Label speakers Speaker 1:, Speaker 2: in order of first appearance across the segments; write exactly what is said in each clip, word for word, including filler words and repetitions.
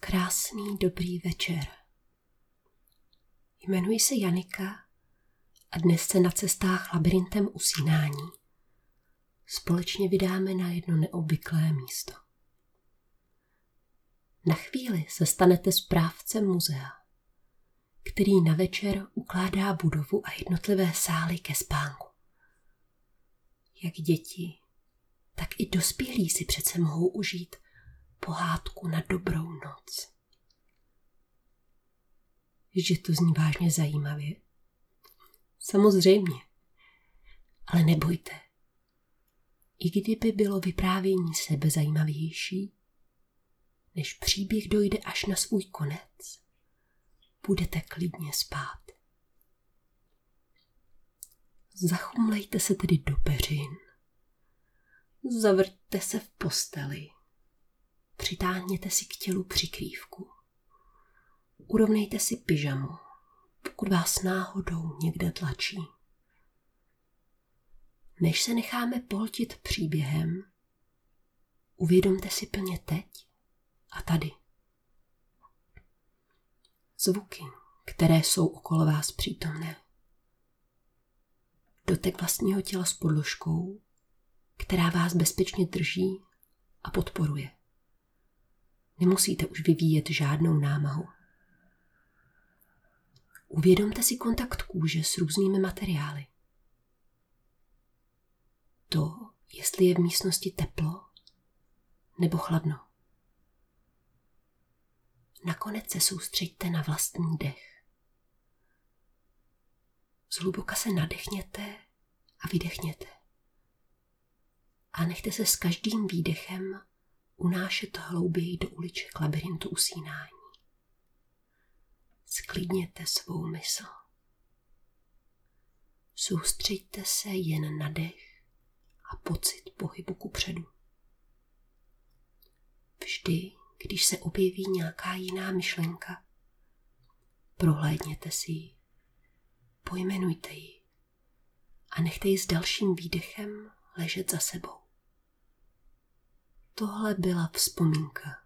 Speaker 1: Krásný dobrý večer. Jmenuji se Janika a dnes se na cestách labirintem usínání společně vydáme na jedno neobvyklé místo. Na chvíli se stanete správcem muzea, který na večer ukládá budovu a jednotlivé sály ke spánku. Jak děti, tak i dospělí si přece mohou užít pohádku na dobrou noc. Že to zní vážně zajímavě? Samozřejmě. Ale nebojte. I kdyby bylo vyprávění sebe zajímavější, než příběh dojde až na svůj konec, budete klidně spát. Zachumlejte se tedy do peřin, zavrťte se v posteli, přitáhněte si k tělu přikrývku, urovnejte si pyžamu, pokud vás náhodou někde tlačí. Než se necháme pohltit příběhem, uvědomte si plně teď a tady. Zvuky, které jsou okolo vás přítomné. Dotek vlastního těla s podložkou, která vás bezpečně drží a podporuje. Nemusíte už vyvíjet žádnou námahu. Uvědomte si kontakt kůže s různými materiály. To, jestli je v místnosti teplo nebo chladno. Nakonec se soustřeďte na vlastní dech. Zhluboka se nadechněte a vydechněte. A nechte se s každým výdechem unášet hlouběji do uliček labirintu usínání. Sklidněte svou mysl. Soustřeďte se jen na dech a pocit pohybu kupředu. Vždy, když se objeví nějaká jiná myšlenka, prohlédněte si ji, pojmenujte ji a nechte ji s dalším výdechem ležet za sebou. Tohle byla vzpomínka.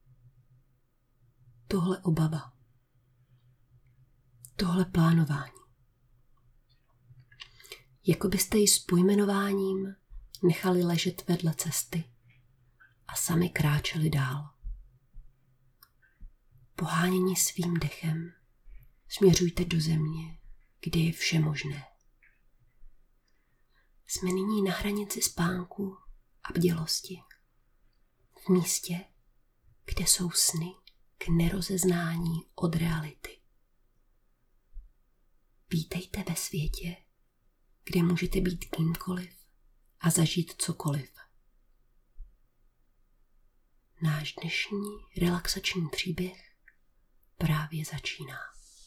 Speaker 1: Tohle obava. Tohle plánování. Jako byste ji s pojmenováním nechali ležet vedle cesty a sami kráčeli dál. Pohánění svým dechem směřujte do země, kde je vše možné. Jsme nyní na hranici spánku a bdělosti. V místě, kde jsou sny k nerozeznání od reality. Vítejte ve světě, kde můžete být kýmkoliv a zažít cokoliv. Náš dnešní relaxační příběh právě začíná.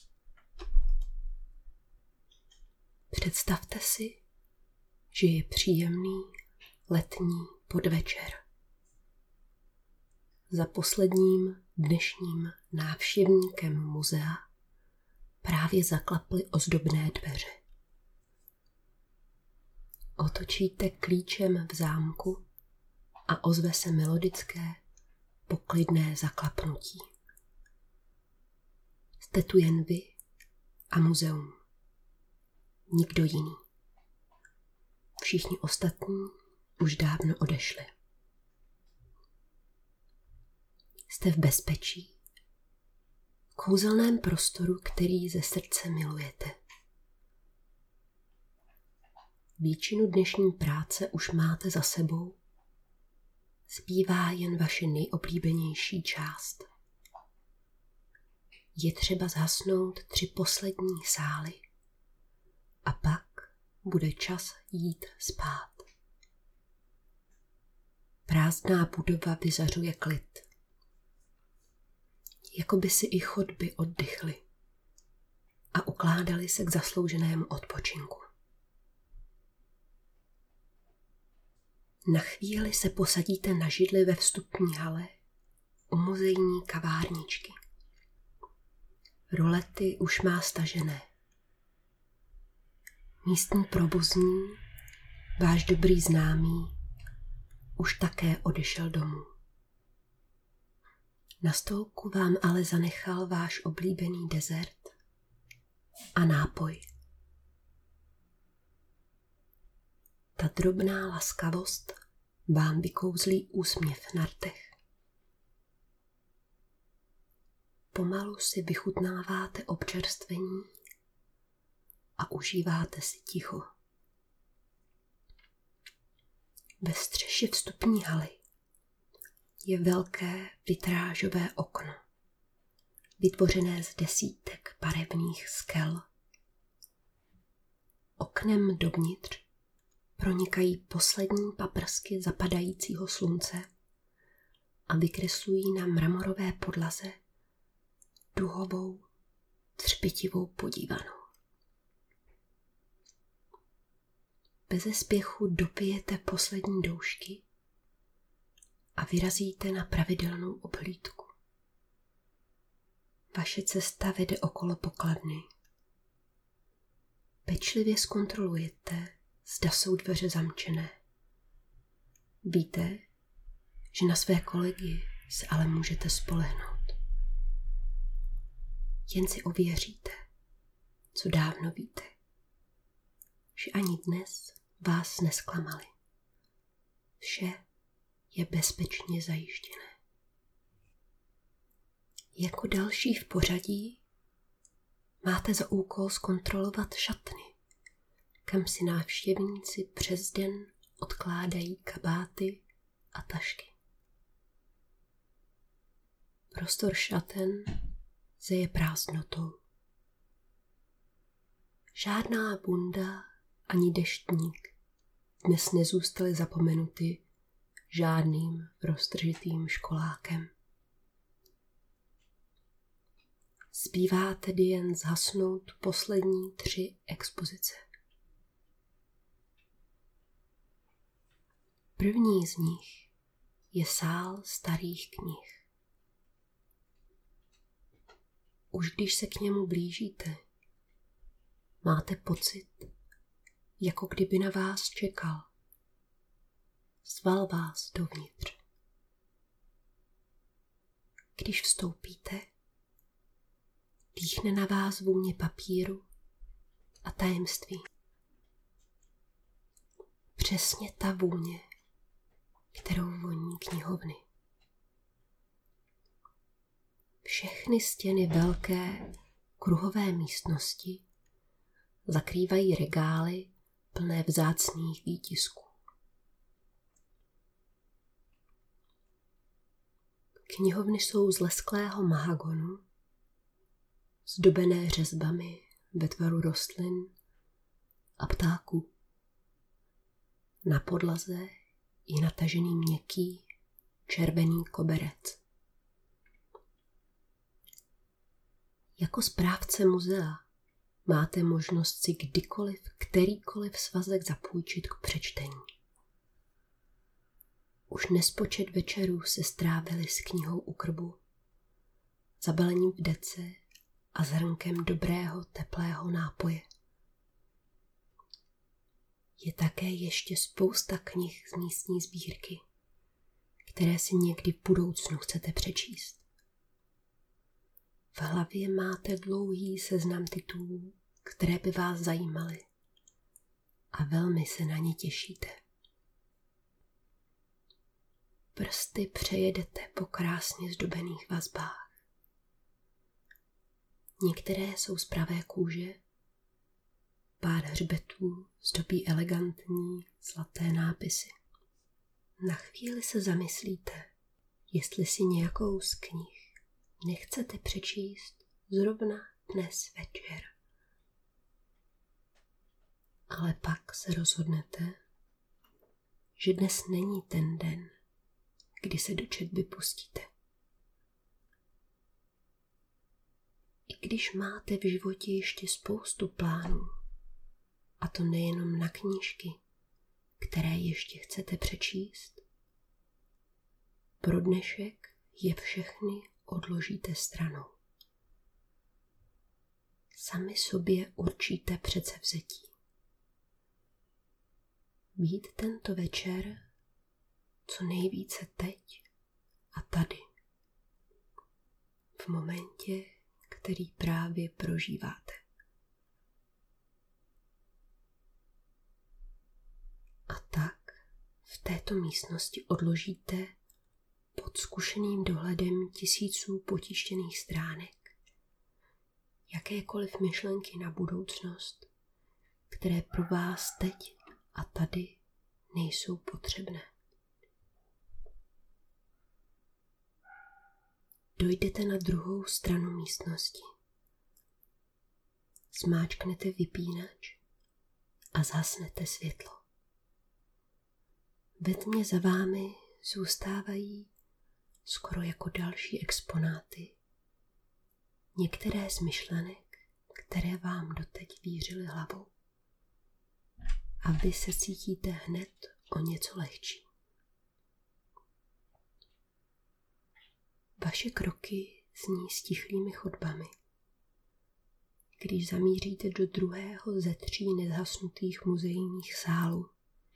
Speaker 1: Představte si, že je příjemný letní podvečer. Za posledním dnešním návštěvníkem muzea právě zaklaply ozdobné dveře. Otočíte klíčem v zámku a ozve se melodické, poklidné zaklapnutí. Jste tu jen vy a muzeum. Nikdo jiný. Všichni ostatní už dávno odešli. Jste v bezpečí, v kouzelném prostoru, který ze srdce milujete. Většinu dnešní práce už máte za sebou. Zbývá jen vaše nejoblíbenější část. Je třeba zhasnout tři poslední sály a pak bude čas jít spát. Prázdná budova vyzařuje klid. Jako by si i chodby oddychly a ukládaly se k zaslouženému odpočinku. Na chvíli se posadíte na židli ve vstupní hale u muzejní kavárničky. Rolety už má stažené. Místní probuzní, váš dobrý známý, už také odešel domů. Na stolku vám ale zanechal váš oblíbený dezert a nápoj. Ta drobná laskavost vám vykouzlí úsměv na rtech. Pomalu si vychutnáváte občerstvení a užíváte si ticho. Ve střeše vstupní haly je velké vitrážové okno, vytvořené z desítek barevných skel. Oknem dovnitř pronikají poslední paprsky zapadajícího slunce a vykreslují na mramorové podlaze duhovou, třpitivou podívanou. Beze spěchu dopijete poslední doušky a vyrazíte na pravidelnou obhlídku. Vaše cesta vede okolo pokladny. Pečlivě zkontrolujete, zda jsou dveře zamčené. Víte, že na své kolegy se ale můžete spolehnout. Jen si ověříte, co dávno víte, že ani dnes vás nesklamali. Vše je bezpečně zajištěné. Jako další v pořadí máte za úkol zkontrolovat šatny, kam si návštěvníci přes den odkládají kabáty a tašky. Prostor šaten zeje prázdnotou. Žádná bunda ani deštník dnes nezůstaly zapomenuty žádným roztržitým školákem. Zbývá tedy jen zhasnout poslední tři expozice. První z nich je sál starých knih. Už když se k němu blížíte, máte pocit, jako kdyby na vás čekal. Zval vás dovnitř. Když vstoupíte, dýchne na vás vůně papíru a tajemství. Přesně ta vůně, kterou voní knihovny. Všechny stěny velké kruhové místnosti zakrývají regály plné vzácných výtisků. Knihovny jsou z lesklého mahagonu, zdobené řezbami ve tvaru rostlin a ptáků. Na podlaze je natažený měkký červený koberec. Jako správce muzea máte možnost si kdykoliv kterýkoliv svazek zapůjčit k přečtení. Už nespočet večerů se strávili s knihou u krbu, zabalením v dece a zhrnkem dobrého teplého nápoje. Je také ještě spousta knih z místní sbírky, které si někdy v budoucnu chcete přečíst. V hlavě máte dlouhý seznam titulů, které by vás zajímaly a velmi se na ně těšíte. Prsty přejedete po krásně zdobených vazbách. Některé jsou z pravé kůže, pár hřbetů zdobí elegantní zlaté nápisy. Na chvíli se zamyslíte, jestli si nějakou z knih nechcete přečíst zrovna dnes večer. Ale pak se rozhodnete, že dnes není ten den, kdy se do četby pustíte. I když máte v životě ještě spoustu plánů, a to nejenom na knížky, které ještě chcete přečíst, pro dnešek je všechny odložíte stranou. Sami sobě určíte předsevzetí. Být tento večer co nejvíce teď a tady. momentě, který právě prožíváte. A tak v této místnosti odložíte pod zkušeným dohledem tisíců potištěných stránek jakékoliv myšlenky na budoucnost, které pro vás teď a tady nejsou potřebné. Dojdete na druhou stranu místnosti. Zmáčknete vypínač a zhasnete světlo. Ve tmě za vámi zůstávají skoro jako další exponáty některé z myšlenek, které vám doteď vířily hlavou. A vy se cítíte hned o něco lehčí. Vaše kroky zní stichlými chodbami. Když zamíříte do druhého ze tří nezhasnutých muzejních sálů.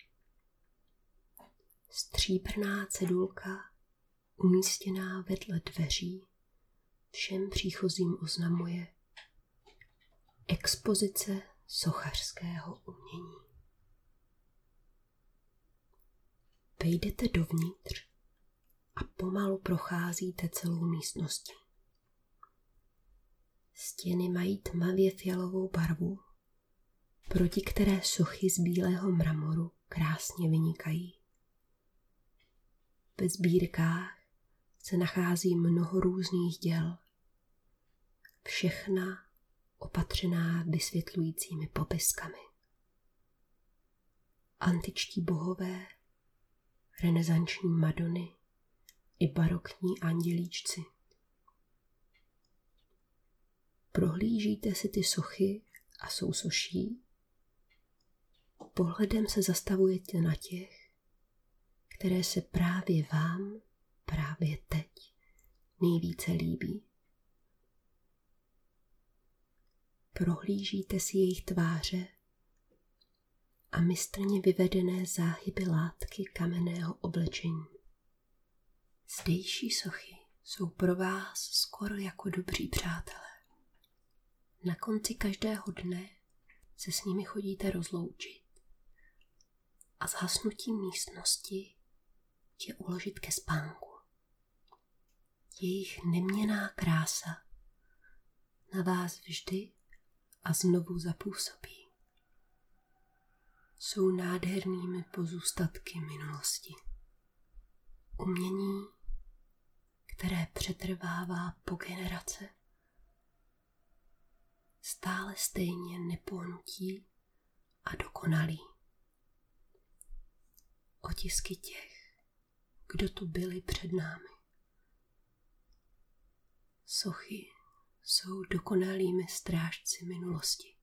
Speaker 1: Stříbrná cedulka, umístěná vedle dveří, všem příchozím oznamuje expozice sochařského umění. Vejdete dovnitř a pomalu procházíte celou místností. Stěny mají tmavě fialovou barvu, proti které sochy z bílého mramoru krásně vynikají. Ve sbírkách se nachází mnoho různých děl, všechna opatřená vysvětlujícími popiskami. Antičtí bohové, renesanční madony i barokní andělíčci. Prohlížíte si ty sochy a sousoší. Pohledem se zastavujete na těch, které se právě vám, právě teď, nejvíce líbí. Prohlížíte si jejich tváře a mistrně vyvedené záhyby látky kamenného oblečení. Zdejší sochy jsou pro vás skoro jako dobří přátelé. Na konci každého dne se s nimi chodíte rozloučit a zhasnutím místnosti tě uložit ke spánku. Jejich neměnná krása na vás vždy a znovu zapůsobí. Jsou nádhernými pozůstatky minulosti. Umění, které přetrvává po generace, stále stejně nepohnutí a dokonalý. Otisky těch, kdo tu byli před námi. Sochy jsou dokonalými strážci minulosti.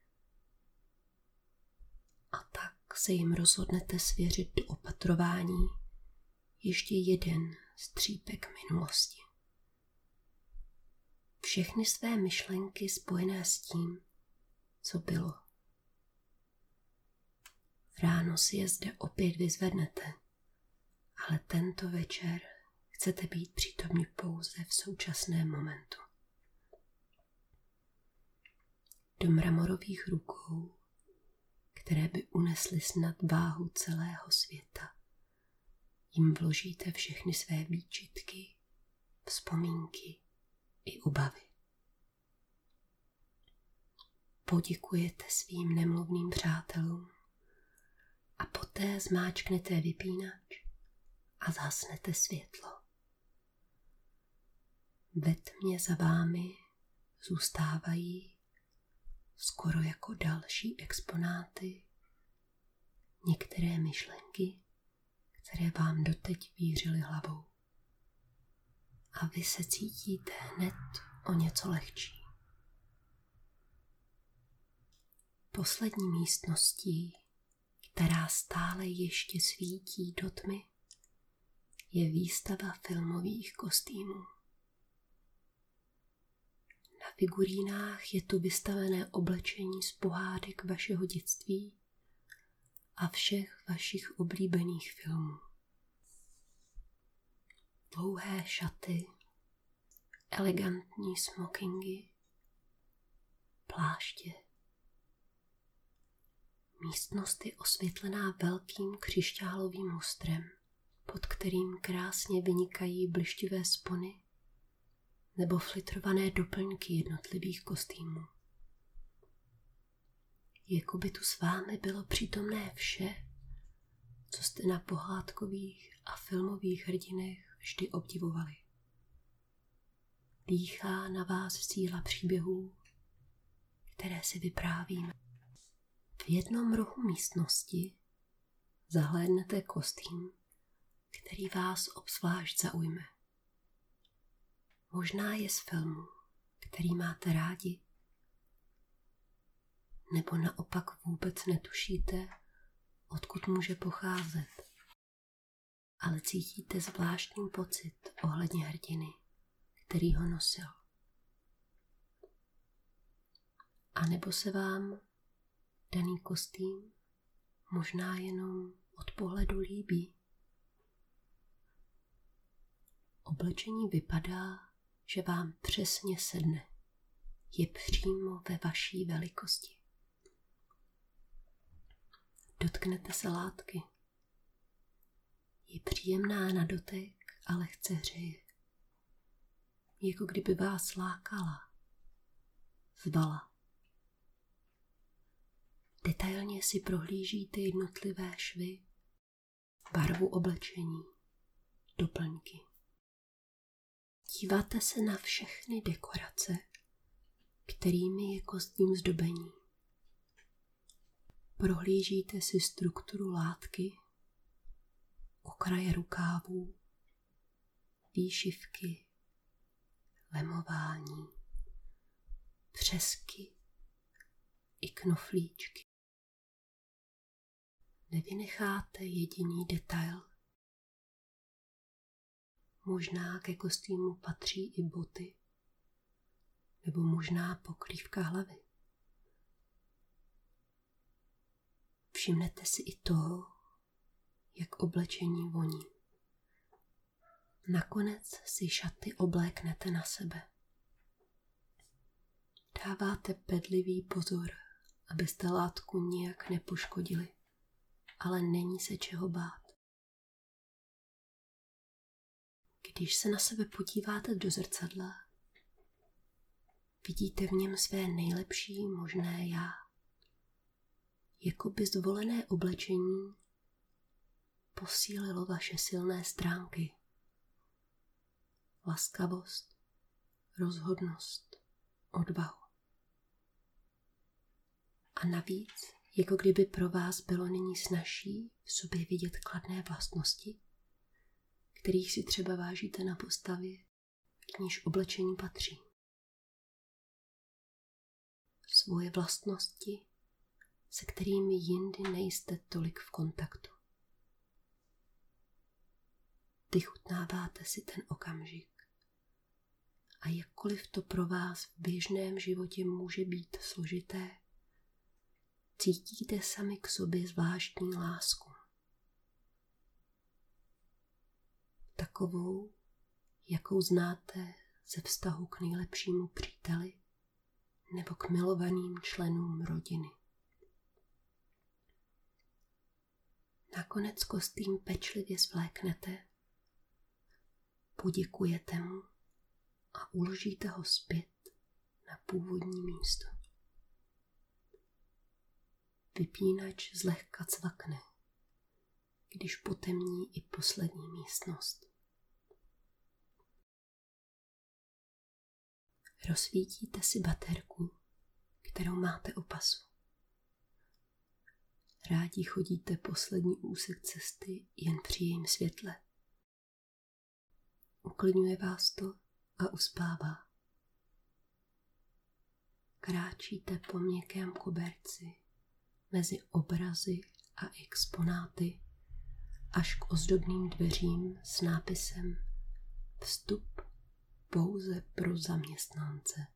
Speaker 1: A tak se jim rozhodnete svěřit do opatrování ještě jeden střípek minulosti. Všechny své myšlenky spojené s tím, co bylo. Ráno si je zde opět vyzvednete, ale tento večer chcete být přítomni pouze v současném momentu. Do mramorových rukou, které by unesly snad váhu celého světa, jim vložíte všechny své výčitky, vzpomínky i obavy. Poděkujete svým nemluvným přátelům a poté zmáčknete vypínač a zhasnete světlo. Ve tmě za vámi zůstávají skoro jako další exponáty některé myšlenky, které vám doteď vířily hlavou. A vy se cítíte hned o něco lehčí. Poslední místností, která stále ještě svítí do tmy, je výstava filmových kostýmů. Na figurínách je tu vystavené oblečení z pohádek vašeho dětství a všech vašich oblíbených filmů. Dlouhé šaty, elegantní smokingy, pláště. Místnost je osvětlená velkým křišťálovým lustrem, pod kterým krásně vynikají blištivé spony nebo flitrované doplňky jednotlivých kostýmů. Jako by tu s vámi bylo přítomné vše, co jste na pohádkových a filmových hrdinech vždy obdivovali. Dýchá na vás síla příběhů, které si vyprávíme. V jednom rohu místnosti zahlédnete kostým, který vás obzvlášť zaujme. Možná je z filmu, který máte rádi, nebo naopak vůbec netušíte, odkud může pocházet, ale cítíte zvláštní pocit ohledně hrdiny, který ho nosil. A nebo se vám daný kostým možná jenom od pohledu líbí. Oblečení vypadá, že vám přesně sedne. Je přímo ve vaší velikosti. Dotknete se látky. Je příjemná na dotek a lehce hřeje. Jako kdyby vás lákala, zvala. Detailně si prohlížíte jednotlivé švy, barvu oblečení, doplňky. Díváte se na všechny dekorace, kterými je kostým zdobení. Prohlížíte si strukturu látky, okraje rukávů, výšivky, lemování, přesky i knoflíčky. Nevynecháte jediný detail. Možná ke kostýmu patří i boty, nebo možná pokrývka hlavy. Všimnete si i toho, jak oblečení voní. Nakonec si šaty obléknete na sebe. Dáváte bedlivý pozor, abyste látku nijak nepoškodili, ale není se čeho bát. Když se na sebe podíváte do zrcadla, vidíte v něm své nejlepší možné já. Jakoby zvolené oblečení posílilo vaše silné stránky. Laskavost, rozhodnost, odvahu. A navíc, jako kdyby pro vás bylo nyní snazší v sobě vidět kladné vlastnosti, kterých si třeba vážíte na postavě, k níž oblečení patří. Svoje vlastnosti, se kterými jindy nejste tolik v kontaktu. Vychutnáváte si ten okamžik. A jakkoliv to pro vás v běžném životě může být složité, cítíte sami k sobě zvláštní lásku. Takovou, jakou znáte ze vztahu k nejlepšímu příteli nebo k milovaným členům rodiny. Nakonec kostým pečlivě svléknete, poděkujete mu a uložíte ho zpět na původní místo. Vypínač zlehka cvakne, když potemní i poslední místnost. Rozsvítíte si baterku, kterou máte u pasu. Rádi chodíte poslední úsek cesty jen při jejím světle. Uklidňuje vás to a uspává. Kráčíte po měkkém koberci mezi obrazy a exponáty až k ozdobným dveřím s nápisem Vstup pouze pro zaměstnance.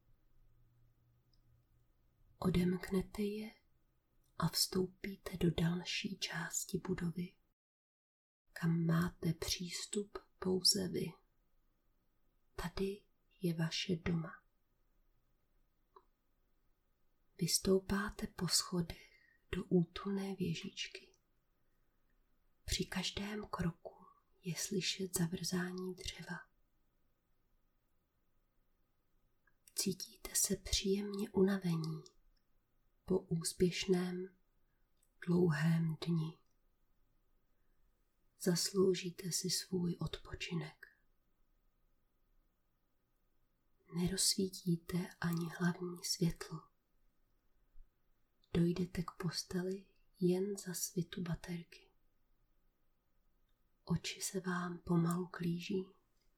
Speaker 1: Odemknete je a vstoupíte do další části budovy, kam máte přístup pouze vy. Tady je vaše doma. Vystoupáte po schodech do útulné věžičky. Při každém kroku je slyšet zavrzání dřeva. Cítíte se příjemně unavení po úspěšném, dlouhém dni. Zasloužíte si svůj odpočinek. Nerozsvítíte ani hlavní světlo. Dojdete k posteli jen za svitu baterky. Oči se vám pomalu klíží.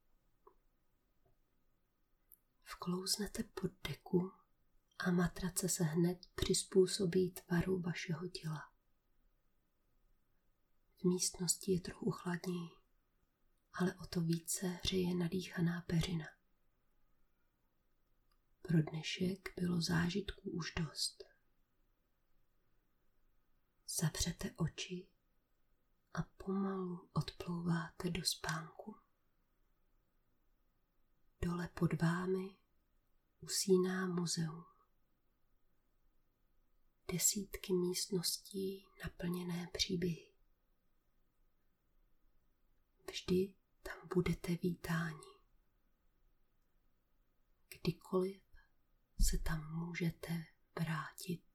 Speaker 1: Vklouznete pod deku a matrace se hned přizpůsobí tvaru vašeho těla. V místnosti je trochu chladněji, ale o to více hřeje nadýchaná peřina. Pro dnešek bylo zážitků už dost. Zavřete oči a pomalu odplouváte do spánku. Dole pod vámi usíná muzeum. Desítky místností naplněné příběhy. Vždy tam budete vítáni. Kdykoliv se tam můžete vrátit.